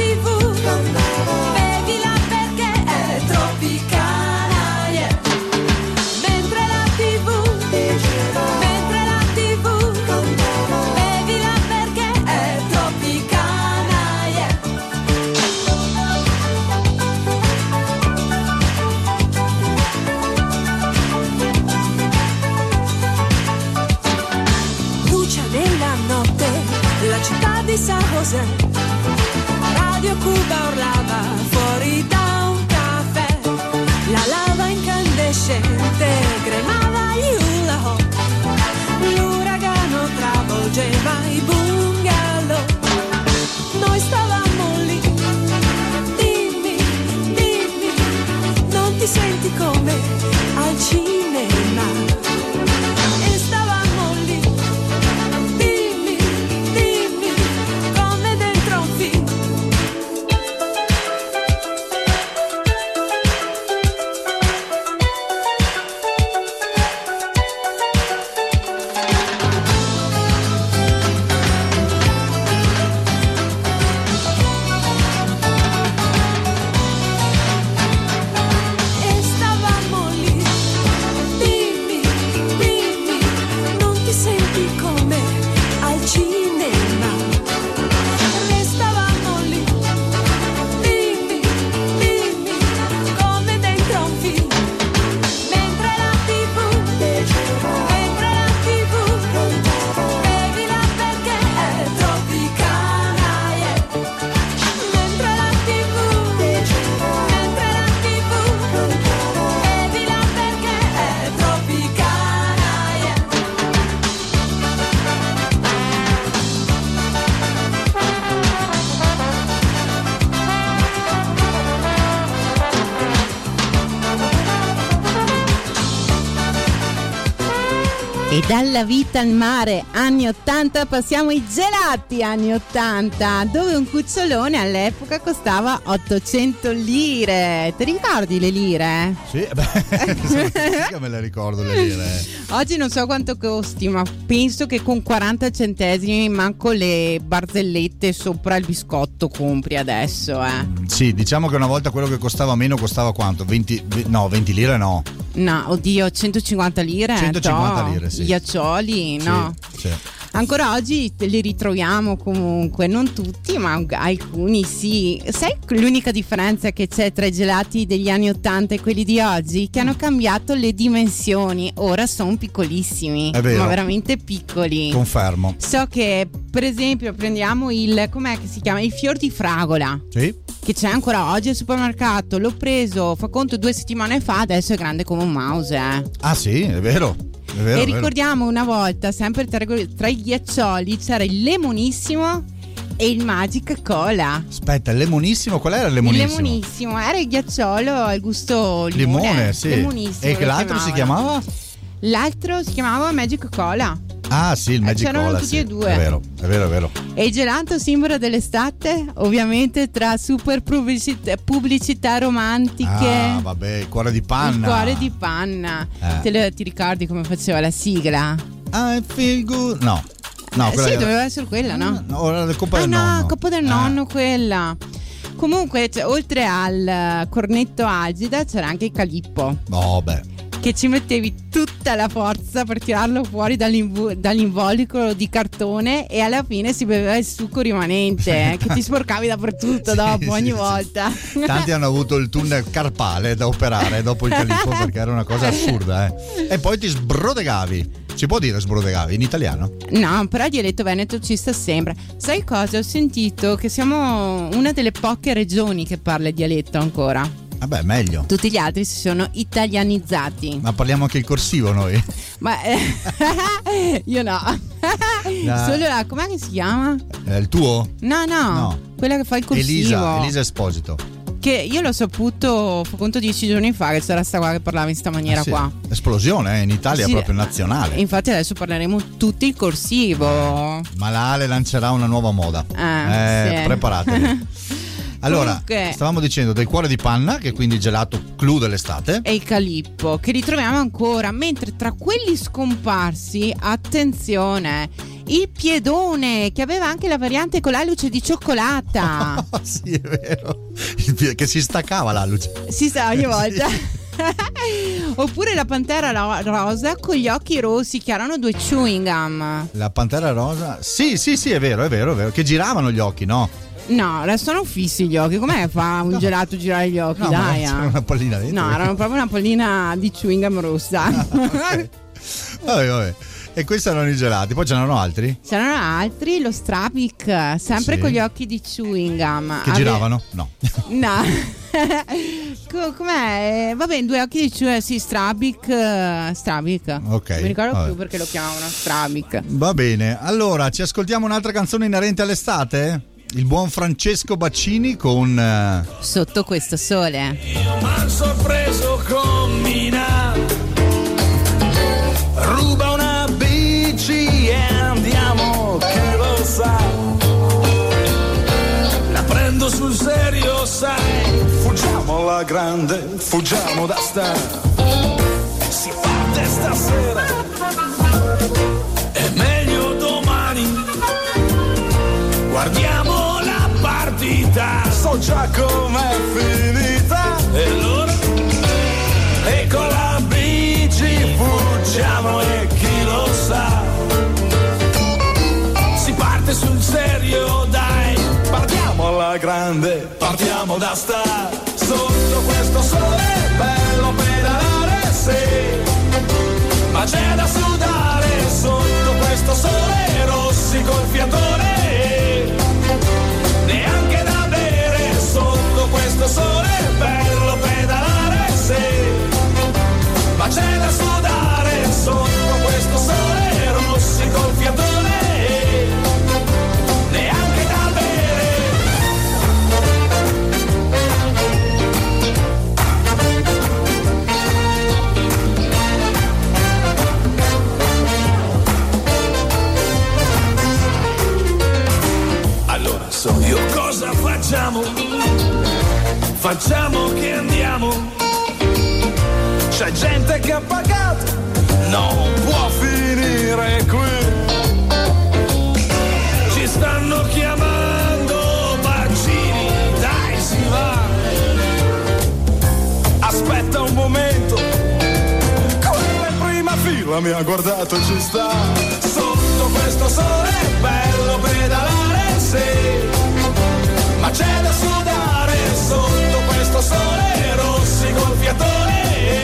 cos'è. Radio Cuba urlava fuori da un caffè, la lava incandescente cremava gli hula hoop, l'uragano travolgeva i bungalow, noi stavamo lì. Dimmi, dimmi, non ti senti come al cinema? E stavamo lì. Dimmi, dimmi, come dentro un film. E stavamo lì. Dimmi, dimmi, non ti senti come al cinema? E stavamo lì. Dimmi, dimmi, come dentro un film. Mentre la tivù, mentre la tivù, bevila perché è tropicana, yeah. Mentre la tivù, mentre la tivù, bevila perché è tropicana, yeah. E dalla vita al mare, anni ottanta, passiamo ai gelati anni ottanta, dove un cucciolone all'epoca costava ottocento lire. Ti ricordi le lire? Sì, beh, sì che me le ricordo le lire. Oggi non so quanto costi, ma penso che con quaranta centesimi manco le barzellette sopra il biscotto compri adesso, eh. Sì, diciamo che una volta quello che costava meno costava quanto? venti, no, venti lire no. No, oddio, centocinquanta lire. centocinquanta toh, lire, sì. Ghiaccioli, no. Sì. Ancora oggi li ritroviamo comunque, non tutti, ma alcuni sì. Sai l'unica differenza che c'è tra i gelati degli anni ottanta e quelli di oggi? Che hanno cambiato le dimensioni, ora sono piccolissimi, È vero. ma veramente piccoli. Confermo. So che per esempio prendiamo il, com'è che si chiama? Il fior di fragola. Sì. Che c'è ancora oggi al supermercato, l'ho preso, fa conto due settimane fa, adesso è grande come un mouse, eh. Ah sì, è vero. È vero, E è vero. ricordiamo una volta, sempre tra, tra i ghiaccioli, c'era il lemonissimo e il Magic Cola. Aspetta, il lemonissimo, qual era il lemonissimo? Il lemonissimo era il ghiacciolo al gusto limone. Limone, sì. Lemonissimo. E che lo l'altro si chiamavano. chiamava? L'altro si chiamava Magic Cola. Ah sì, il Magic c'erano Cola, tutti sì. e due. È vero, è vero, è vero. E il gelato simbolo dell'estate? Ovviamente tra super pubblicità, pubblicità romantiche. Ah, vabbè, il cuore di panna. Il cuore di panna. Eh. Te lo, ti ricordi come faceva la sigla? I feel good. No. No, Eh, quella sì, era- doveva essere quella, no? No, ora la Coppa ah del no, Nonno. Coppa del Eh. Nonno, quella. Comunque, cioè, oltre al eh, cornetto agida c'era anche il calippo, Oh, beh. che ci mettevi tutta la forza per tirarlo fuori dall'invu- dall'involucro di cartone e alla fine si beveva il succo rimanente, eh, che ti sporcavi dappertutto dopo, sì, ogni sì. volta. Tanti hanno avuto il tunnel carpale da operare dopo il calippo perché era una cosa assurda, eh. E poi ti sbrodegavi. Si può dire sbrodegavi in italiano? No, però il dialetto veneto ci sta sempre. Sai cosa? Ho sentito che siamo una delle poche regioni che parla il dialetto ancora. Vabbè, meglio. Tutti gli altri si sono italianizzati. Ma parliamo anche il corsivo noi. Ma eh, io no. La- Solo la, com'è che si chiama? Eh, il tuo? No, no, No. quella che fa il corsivo. Elisa, Elisa Esposito. Che io l'ho saputo, fa conto dieci giorni fa che c'era sta qua che parlava in sta maniera Ah, sì. qua. Esplosione, eh, in Italia Sì, proprio nazionale. Infatti adesso parleremo tutti il corsivo. Ma la Ale lancerà una nuova moda. Ah, Eh, sì. preparatevi. Allora, Comunque- stavamo dicendo del cuore di panna, che quindi gelato clou dell'estate. E il calippo che ritroviamo ancora, mentre tra quelli scomparsi, attenzione, il piedone che aveva anche la variante con l'alluce di cioccolata. Sì, è vero. Il pie- Che si staccava la luce. Si sa ogni volta. Oppure la pantera ro- rosa con gli occhi rossi che erano due chewing gum. La pantera rosa. Sì, sì, sì, è vero, è vero, è vero. Che giravano gli occhi, no? No, restano fissi gli occhi. Com'è che fa un gelato girare gli occhi? No, ma Dai, c'era eh. una pallina dentro. No, erano proprio una pallina di chewing gum rossa. Vabbè, vabbè. E questi erano i gelati, poi ce n'erano altri? C'erano altri, lo Strabic, sempre Sì. con gli occhi di chewing gum. Che Ave- giravano? No. No. Co- Com'è? Vabbè, due occhi di chewing, sì, Strabic, eh, Strabic. Ok, Non mi ricordo vabbè. più perché lo chiamavano Strabic. Va bene, allora ci ascoltiamo un'altra canzone inerente all'estate? Il buon Francesco Baccini con eh, Sotto questo sole. M'han sorpreso con Mina, ruba una bici e andiamo, che lo sa, la prendo sul serio, sai, fuggiamo alla grande, fuggiamo da sta, si parte stasera, è meglio domani, guardiamo la partita, so già com'è finita, e allora, e con la bici fuggiamo e chi lo sa, si parte sul serio, dai, partiamo alla grande, partiamo da sta, sotto questo sole, bello pedalare, sì, ma c'è da sudare, sotto questo sole, rossi col fiatone, neanche da bere, sotto questo sole, bello pedalare, sì, ma c'è da sudare, sotto questo sole, rossi col fiatone, neanche da bere. Allora so io cosa facciamo, facciamo che andiamo, c'è gente che ha pagato, non può finire qui, ci stanno chiamando Baccini, dai si va, aspetta un momento, quella in prima fila mi ha guardato, ci sta, sotto questo sole, bello pedalare, sì, ma c'è da sudare, sotto questo sole, rossi col fiatone,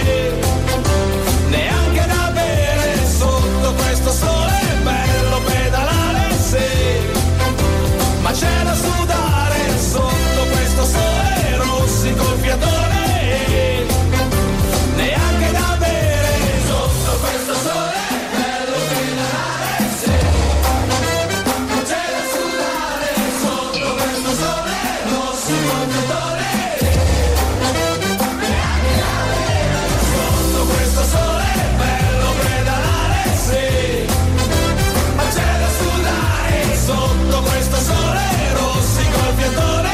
neanche da bere, sotto questo sole, bello pedalare, sì, ma c'è da sudare, sotto questo sole, rossi col fiatone, neanche da bere, sotto questo sole, bello pedalare, sì, ma c'è da sudare, sotto questo sole, rossi col fiatone, neanche da bere, sotto questo sole, bello pedalare, sì, ma c'è da sudare, sotto questo sole, rossi col fiatone,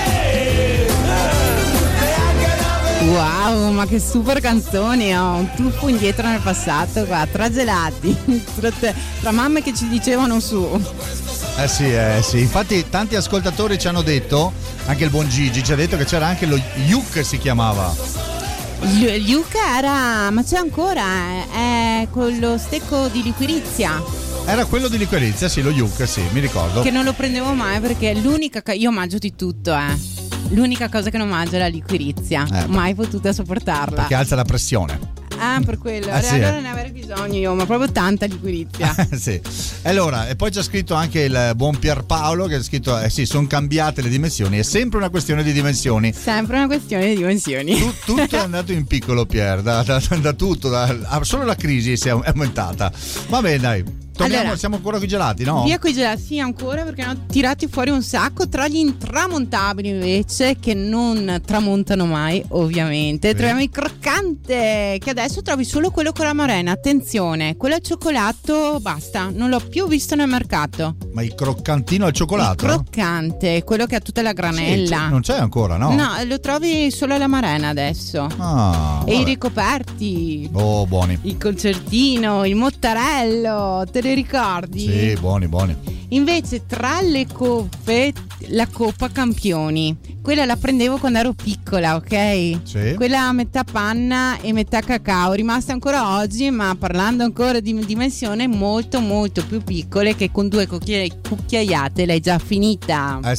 neanche da bere. Wow, ma che super canzoni, ho un tuffo indietro nel passato qua, tra gelati, tra, te- tra mamme che ci dicevano su. Eh sì, eh sì, infatti tanti ascoltatori ci hanno detto, anche il buon Gigi ci ha detto che c'era anche lo Yuk, si chiamava. L- Luca era, ma c'è ancora, eh, è con lo stecco di liquirizia, Era quello di Liquirizia, sì, lo Yuk, sì, mi ricordo. che non lo prendevo mai perché l'unica, co- io mangio di tutto, eh. L'unica cosa che non mangio è la liquirizia, Eh, mai potuta sopportarla. Perché alza la pressione. Ah, per quello, Ah, sì, allora eh. ne avrei bisogno io, ma proprio tanta liquirizia. Sì. E allora, e poi c'è scritto anche il buon Pierpaolo che ha scritto: eh sì, sono cambiate le dimensioni, è sempre una questione di dimensioni. Sempre una questione di dimensioni. Tu- tutto è andato in piccolo, Pier, da, da- da tutto, da- ah, solo la crisi si è è aumentata. Va bene, dai. Torniamo, Allora, siamo ancora qui gelati, no? Via coi gelati, sì, ancora perché ne ho tirati fuori un sacco. Tra gli intramontabili invece, che non tramontano mai, ovviamente, Sì. troviamo il croccante, che adesso trovi solo quello con la morena. Attenzione, quello al cioccolato basta, non l'ho più visto nel mercato. Ma il croccantino al cioccolato? Il croccante, quello che ha tutta la Sì, granella. c'è- non c'è ancora, no? No, lo trovi solo alla marena adesso. Ah, E i vabbè. ricoperti, Oh, buoni. il concertino, il mottarello, te li ricordi? Sì, buoni, buoni. Invece tra le coppe, la coppa campioni, quella la prendevo quando ero piccola, ok? Sì. Quella a metà panna e metà cacao, rimasta ancora oggi, ma parlando ancora di dimensione molto molto più piccole, che con due cucchiai- cucchiaiate l'hai già finita. Eh sì,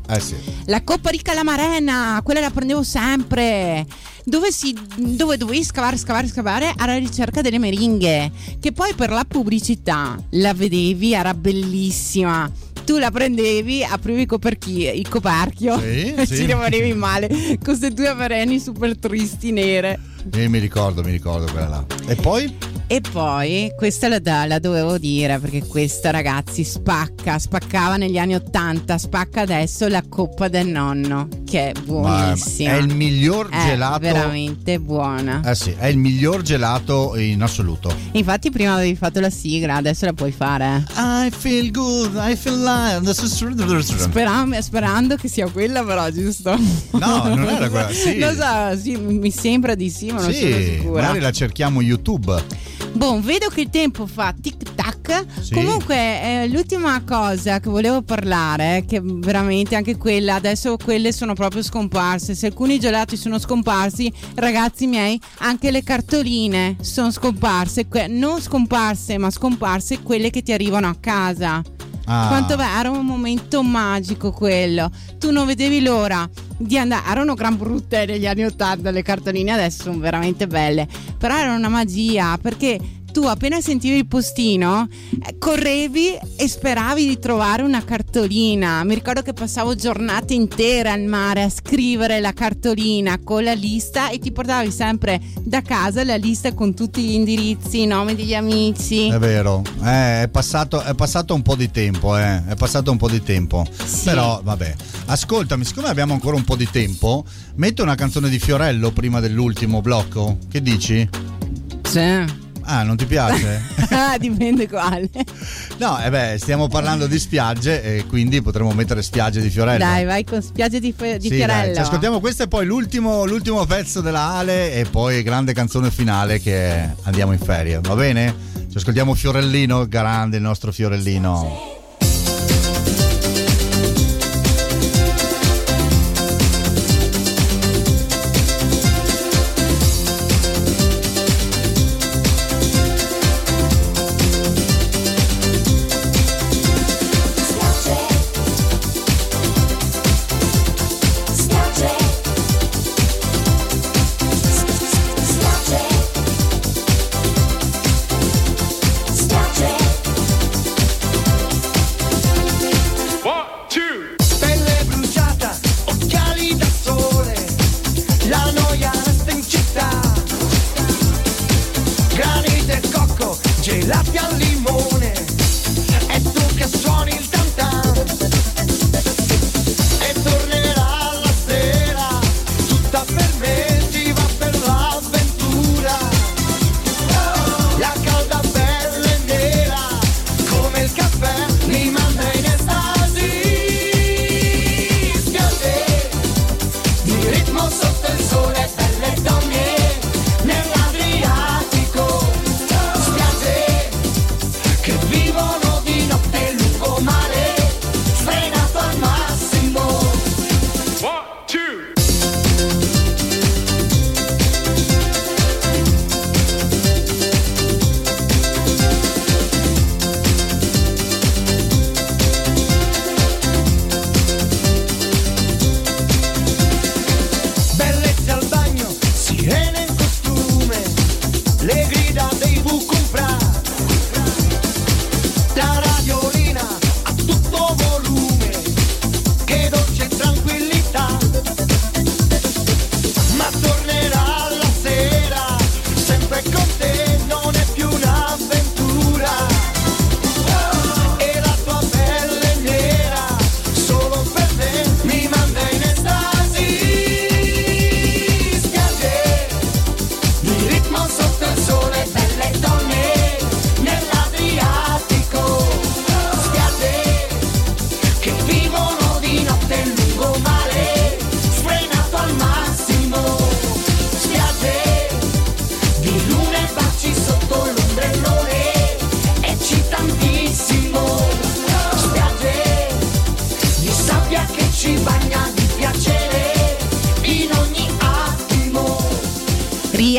Eh sì. La Coppa di Calamarena, quella la prendevo sempre. Dove, si, dove dovevi scavare, scavare, scavare alla ricerca delle meringhe. Che poi per la pubblicità la vedevi, era bellissima. Tu la prendevi, aprivi i coperchi, il coperchio sì, e sì. ci rimanevi male con queste due pereni super tristi nere. E mi ricordo, mi ricordo quella là. E poi? E poi questa la, la dovevo dire, perché questa, ragazzi, spacca, spaccava negli anni ottanta, spacca adesso la Coppa del Nonno, che è buonissima. Ma è il miglior è gelato. veramente buona. Eh sì, è il miglior gelato in assoluto. Infatti prima avevi fatto la sigla, adesso la puoi fare. I feel good, I feel like. Speram- sperando che sia quella, però, giusto? No, non era quella, sì. Lo so, sì, mi sembra di sì, ma non sì, sono sicura. Magari la cerchiamo YouTube. Boh, vedo che il tempo fa tic tac. Sì. Comunque eh, l'ultima cosa che volevo parlare, che veramente anche quella, adesso quelle sono proprio scomparse. Se alcuni gelati sono scomparsi, ragazzi miei, anche le cartoline sono scomparse. Que- non scomparse, ma scomparse quelle che ti arrivano a casa. Ah. Quanto beh, era un momento magico quello. Tu non vedevi l'ora di andare. Erano gran brutte negli anni ottanta le cartoline, adesso sono veramente belle. Però era una magia, perché tu appena sentivi il postino eh, correvi e speravi di trovare una cartolina. Mi ricordo che passavo giornate intere al mare a scrivere la cartolina con la lista, e ti portavi sempre da casa la lista con tutti gli indirizzi, i nomi degli amici. È vero, eh, è, passato, è passato un po' di tempo, eh, è passato un po' di tempo. Sì. Però vabbè, ascoltami, siccome abbiamo ancora un po' di tempo, metto una canzone di Fiorello prima dell'ultimo blocco. Che dici? Sì. Ah, non ti piace? Ah, dipende quale. No, eh beh, stiamo parlando di spiagge e quindi potremmo mettere Spiagge di Fiorello. Dai, vai con Spiagge di, di sì, Fiorello. Dai, ci ascoltiamo questo e poi l'ultimo, l'ultimo pezzo della Ale e poi grande canzone finale che andiamo in ferie, va bene? Ci ascoltiamo Fiorellino, grande il nostro Fiorellino. Gelati al limone e tu che suoni il tam tam e tornerà la sera tutta per me, si va per l'avventura, la calda pelle nera come il caffè mi manda in estasi, spiagge di ritmo sotto il sole, belle donne nell'Adriatico, che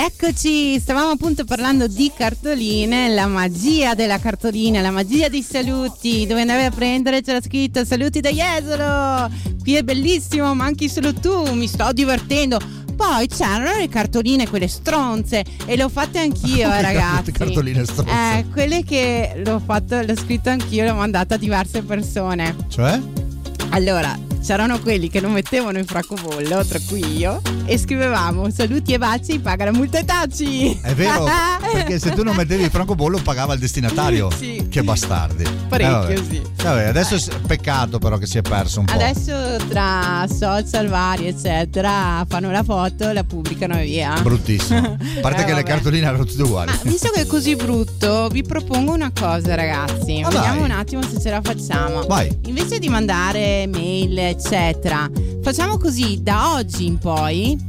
rieccoci, stavamo appunto parlando di cartoline, la magia della cartolina, la magia dei saluti. Dove andavi a prendere? C'era scritto saluti da Jesolo, qui è bellissimo, manchi solo tu, mi sto divertendo. Poi c'erano le cartoline, quelle stronze, e l'ho fatte anch'io, eh, ragazzi. Cartoline stronze. Eh, quelle che l'ho fatto, l'ho scritto anch'io, l'ho mandato a diverse persone. Cioè? Allora, c'erano quelli che lo mettevano in francobollo, tra cui io, e scrivevamo saluti e baci, paga la multa e taci. È vero, perché se tu non mettevi il francobollo pagava il destinatario. Sì. Che bastardi. Parecchio, eh, vabbè. sì. Vabbè, adesso è peccato però che si è perso un po'. Adesso tra social vari eccetera fanno la foto, la pubblicano e via. Bruttissimo. A parte Eh, che le vabbè. cartoline erano tutte uguali. Ma visto che è così brutto, vi propongo una cosa, ragazzi. Ah, Vediamo dai. un attimo se ce la facciamo. Vai. Invece di mandare mail, eccetera, facciamo così da oggi in poi.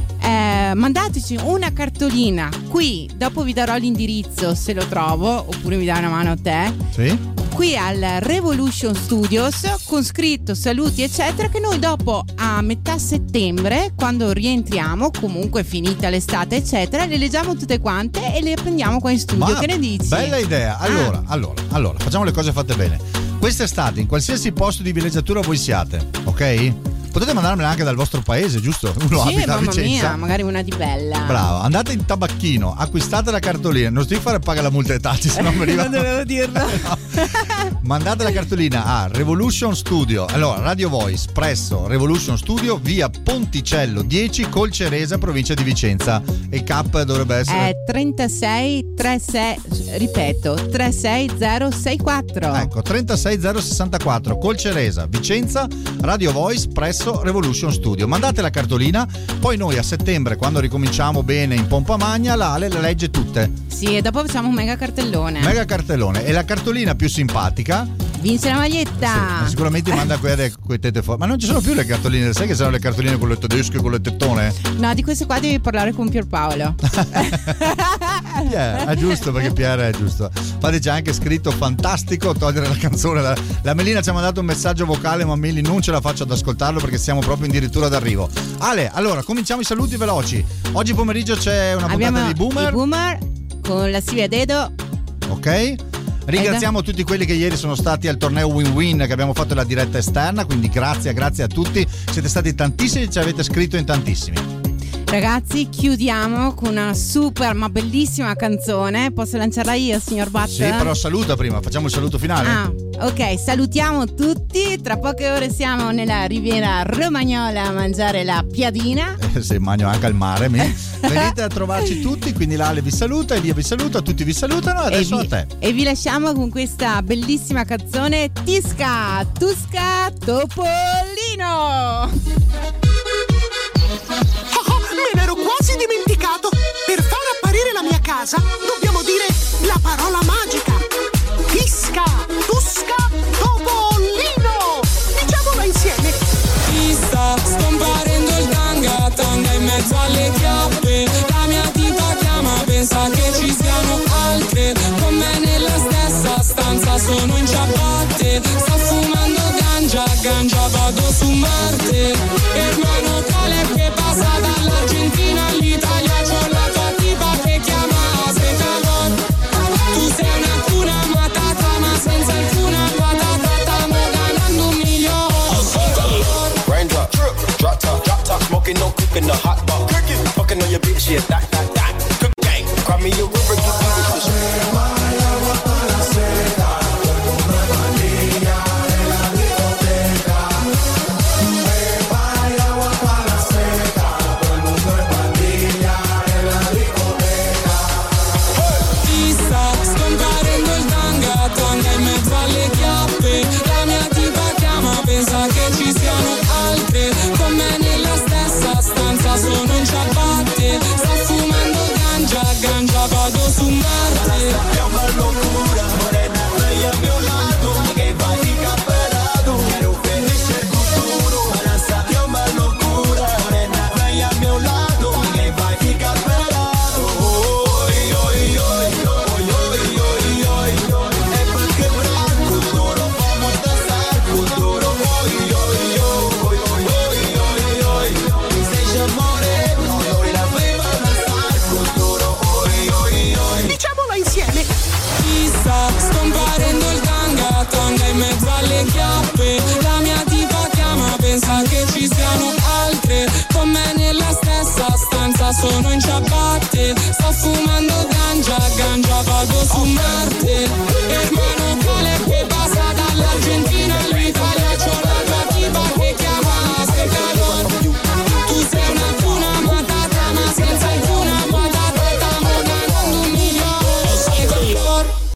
Eh, mandateci una cartolina qui, dopo vi darò l'indirizzo se lo trovo, oppure mi dai una mano a te. Sì. Qui al Revolution Studios con scritto saluti eccetera, che noi dopo a metà settembre, quando rientriamo, comunque finita l'estate eccetera, le leggiamo tutte quante e le prendiamo qua in studio. Ma che ne dici? Bella idea. Allora, Ah. allora, allora, facciamo le cose fatte bene. Quest'estate, in qualsiasi posto di villeggiatura voi siate, ok? Potete mandarmela anche dal vostro paese, giusto? Uno Sì, abita a mamma Vicenza. mia, magari una di bella. Bravo, andate in tabacchino, acquistate la cartolina, non devi fare paga la multa e taci, se no mi arriva. Non dovevo dirlo. Mandate la cartolina a Revolution Studio, allora Radio Voice presso Revolution Studio, via Ponticello dieci, Colceresa, provincia di Vicenza. E il cap dovrebbe essere È trentasei trentasei, ripeto, tre sei zero sei quattro. ecco trentasei zero sessantaquattro, Colceresa, Vicenza, Radio Voice presso Revolution Studio. Mandate la cartolina, poi noi a settembre, quando ricominciamo bene in pompa magna, la Ale le legge tutte. Sì, e dopo facciamo un mega cartellone. Mega cartellone. E la cartolina più simpatica Vince la maglietta. sì, sicuramente manda quelle con tette fuori. Ma non ci sono più le cartoline, sai che sono le cartoline con le tedesche, con le tettone? No, di queste qua devi parlare con Pierpaolo. Yeah, è giusto, perché Pierre è giusto. Infatti c'è anche scritto fantastico togliere la canzone. La, la Melina ci ha mandato un messaggio vocale, ma Meli non ce la faccio ad ascoltarlo perché siamo proprio addirittura d'arrivo. Ale, allora cominciamo i saluti veloci. Oggi pomeriggio c'è una puntata Abbiamo di Boomer. i Boomer con la Silvia Dedo. Ok. Ringraziamo tutti quelli che ieri sono stati al torneo Win-Win che abbiamo fatto la diretta esterna, quindi grazie, grazie a tutti. Siete stati tantissimi, ci avete scritto in tantissimi. Ragazzi, chiudiamo con una super ma bellissima canzone. Posso lanciarla io, signor Batt? Sì, però saluta prima, facciamo il saluto finale. Ah, ok, salutiamo tutti. Tra poche ore siamo nella Riviera Romagnola a mangiare la piadina. Eh, se mangio anche al mare, mi... venite a trovarci tutti, quindi l'Ale vi saluta, Elia vi saluta, tutti vi salutano, adesso e vi, a te. E vi lasciamo con questa bellissima canzone Tisca, Tusca, Topolino. Me n'ero quasi dimenticato. Per far apparire la mia casa dobbiamo dire la parola magica. Tisca, Tusca, Topolino. Diciamola insieme. Ti sta scomparendo il tanga, tanga in mezzo alle chiappe. La mia tipa chiama, pensa che ci siano altre. Con me nella stessa stanza sono in ciabatte. Sto fumando ganja, ganja vado su Marte. Hermano, quale che passa dall'Argentina all'Italia? C'ho la tua tipa che chiama se calor. Tu sei una cuna matata, ma senza alcuna patata. Stiamo ganando un milione. Raindrop, drip, drop top, drop top, smoking, no cooking, the hot dog. Cooking, fucking on your bitch, yeah, that, that, that. Cook gang, cry me a river, give me the shit. Bella sono in ciabatte, sto fumando ganja, ganja vado su Marte, hermano